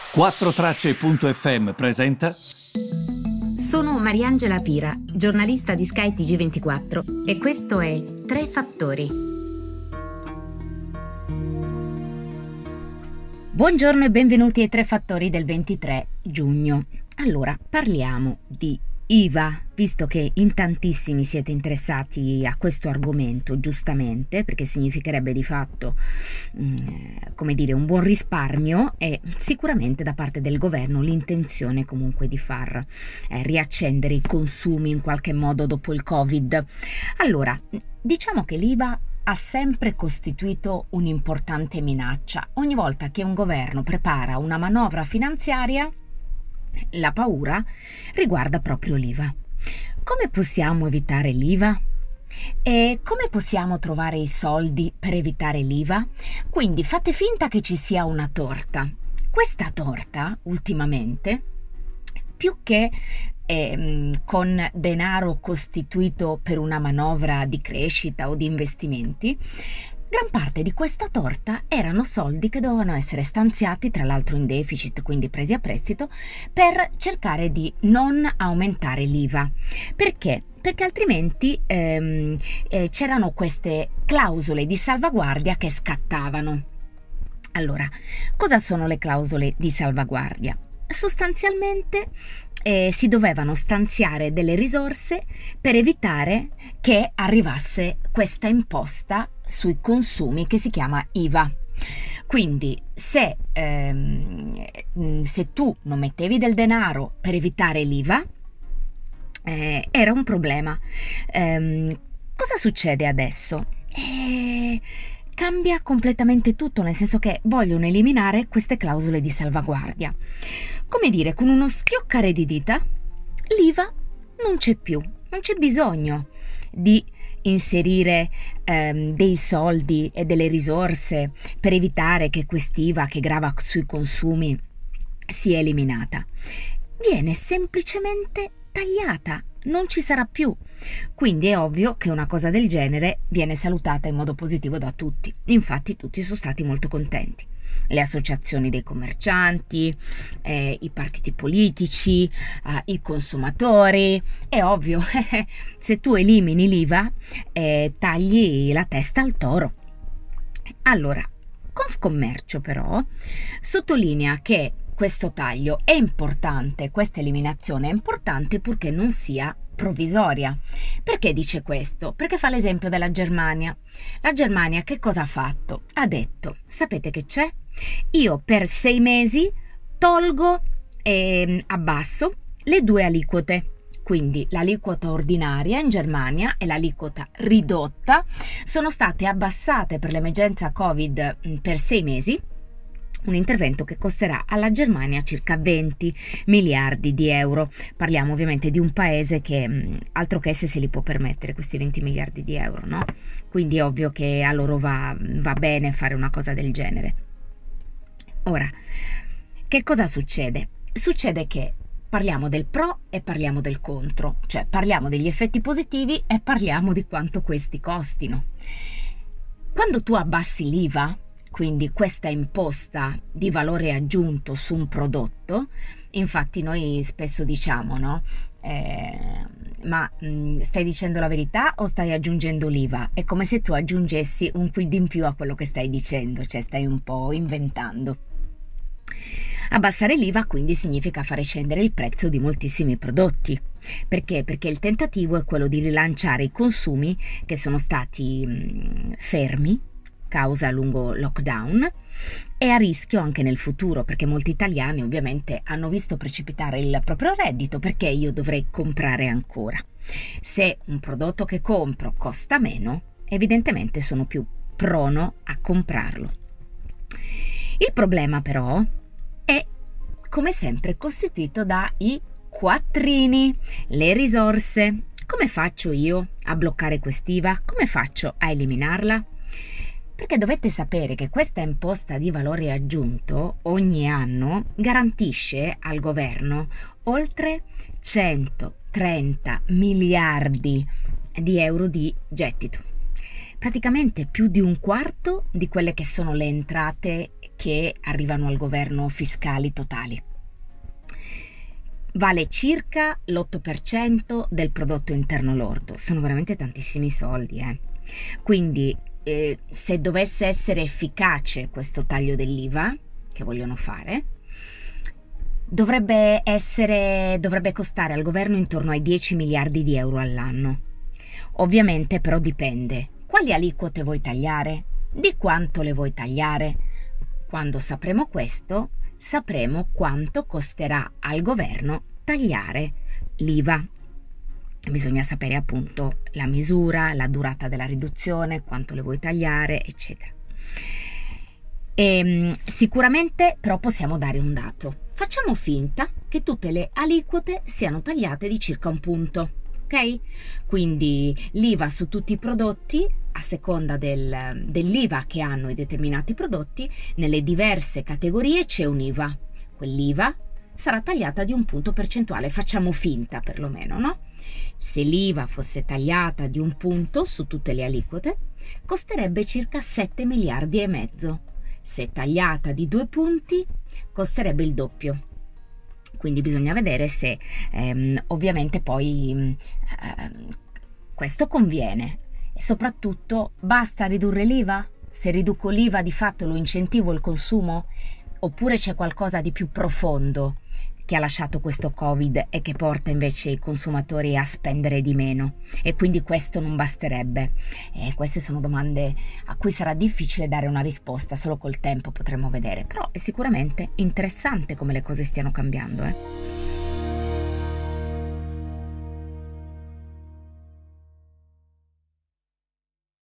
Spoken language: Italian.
4Tracce.fm presenta. Sono Mariangela Pira, giornalista di Sky TG24 e questo è Tre Fattori. Buongiorno e benvenuti ai Tre Fattori del 23 giugno. Allora, parliamo di IVA, visto che in tantissimi siete interessati a questo argomento, giustamente, perché significherebbe di fatto, un buon risparmio e sicuramente da parte del governo l'intenzione comunque di far riaccendere i consumi in qualche modo dopo il Covid. Allora, diciamo che l'IVA ha sempre costituito un'importante minaccia. Ogni volta che un governo prepara una manovra finanziaria, la paura riguarda proprio l'IVA. Come possiamo evitare l'IVA? E come possiamo trovare i soldi per evitare l'IVA? Quindi fate finta che ci sia una torta. Questa torta, ultimamente, più che con denaro costituito per una manovra di crescita o di investimenti, gran parte di questa torta erano soldi che dovevano essere stanziati, tra l'altro in deficit, quindi presi a prestito, per cercare di non aumentare l'IVA. Perché? Perché altrimenti c'erano queste clausole di salvaguardia che scattavano. Allora, cosa sono le clausole di salvaguardia? Sostanzialmente si dovevano stanziare delle risorse per evitare che arrivasse questa imposta sui consumi che si chiama IVA. Quindi se tu non mettevi del denaro per evitare l'IVA, era un problema. Cosa succede adesso? Cambia completamente tutto, nel senso che vogliono eliminare queste clausole di salvaguardia. Come dire, con uno schioccare di dita, l'IVA non c'è più, non c'è bisogno di inserire dei soldi e delle risorse per evitare che quest'IVA che grava sui consumi sia eliminata. Viene semplicemente tagliata, non ci sarà più. Quindi è ovvio che una cosa del genere viene salutata in modo positivo da tutti. Infatti tutti sono stati molto contenti. Le associazioni dei commercianti, i partiti politici, i consumatori. È ovvio, se tu elimini l'IVA, tagli la testa al toro. Allora, Confcommercio però sottolinea che questo taglio è importante, questa eliminazione è importante purché non sia provvisoria. Perché dice questo? Perché fa l'esempio della Germania. La Germania che cosa ha fatto? Ha detto, sapete che c'è? Io per 6 mesi tolgo e abbasso le 2 aliquote. Quindi l'aliquota ordinaria in Germania e l'aliquota ridotta sono state abbassate per l'emergenza Covid per 6 mesi. Un intervento che costerà alla Germania circa 20 miliardi di euro. Parliamo ovviamente di un paese che altro che se li può permettere questi 20 miliardi di euro, no? Quindi è ovvio che a loro va bene fare una cosa del genere. Ora, che cosa succede? Succede che parliamo del pro e parliamo del contro, cioè parliamo degli effetti positivi e parliamo di quanto questi costino. Quando tu abbassi l'IVA, quindi questa imposta di valore aggiunto su un prodotto, infatti noi spesso diciamo, no? Ma stai dicendo la verità o stai aggiungendo l'IVA? È come se tu aggiungessi un quid in più a quello che stai dicendo, cioè stai un po' inventando. Abbassare l'IVA quindi significa fare scendere il prezzo di moltissimi prodotti. Perché? Perché il tentativo è quello di rilanciare i consumi che sono stati fermi causa lungo lockdown e a rischio anche nel futuro, perché molti italiani ovviamente hanno visto precipitare il proprio reddito. Perché io dovrei comprare ancora? Se un prodotto che compro costa meno, evidentemente sono più prono a comprarlo. Il problema però è, come sempre, costituito dai quattrini, le risorse. Come faccio io a bloccare quest'IVA? Come faccio a eliminarla? Perché dovete sapere che questa imposta di valore aggiunto ogni anno garantisce al governo oltre 130 miliardi di euro di gettito. Praticamente più di un quarto di quelle che sono le entrate che arrivano al governo fiscali totali. Vale circa l'8% del prodotto interno lordo, sono veramente tantissimi soldi, Quindi se dovesse essere efficace questo taglio dell'IVA che vogliono fare, dovrebbe costare al governo intorno ai 10 miliardi di euro all'anno. Ovviamente però dipende. Quali aliquote vuoi tagliare? Di quanto le vuoi tagliare? Quando sapremo questo, sapremo quanto costerà al governo tagliare l'IVA. Bisogna sapere appunto la misura, la durata della riduzione, quanto le vuoi tagliare, eccetera. Sicuramente però possiamo dare un dato. Facciamo finta che tutte le aliquote siano tagliate di circa un punto, ok? Quindi l'IVA su tutti i prodotti, a seconda dell'IVA che hanno i determinati prodotti, nelle diverse categorie c'è un'IVA. Quell'IVA sarà tagliata di un punto percentuale, facciamo finta perlomeno, no? Se l'IVA fosse tagliata di un punto su tutte le aliquote, costerebbe circa 7 miliardi e mezzo. Se tagliata di 2 punti, costerebbe il doppio. Quindi bisogna vedere se ovviamente poi questo conviene. E soprattutto, basta ridurre l'IVA? Se riduco l'IVA di fatto lo incentivo il consumo? Oppure c'è qualcosa di più profondo che ha lasciato questo Covid e che porta invece i consumatori a spendere di meno? E quindi questo non basterebbe. E queste sono domande a cui sarà difficile dare una risposta, solo col tempo potremo vedere. Però è sicuramente interessante come le cose stiano cambiando,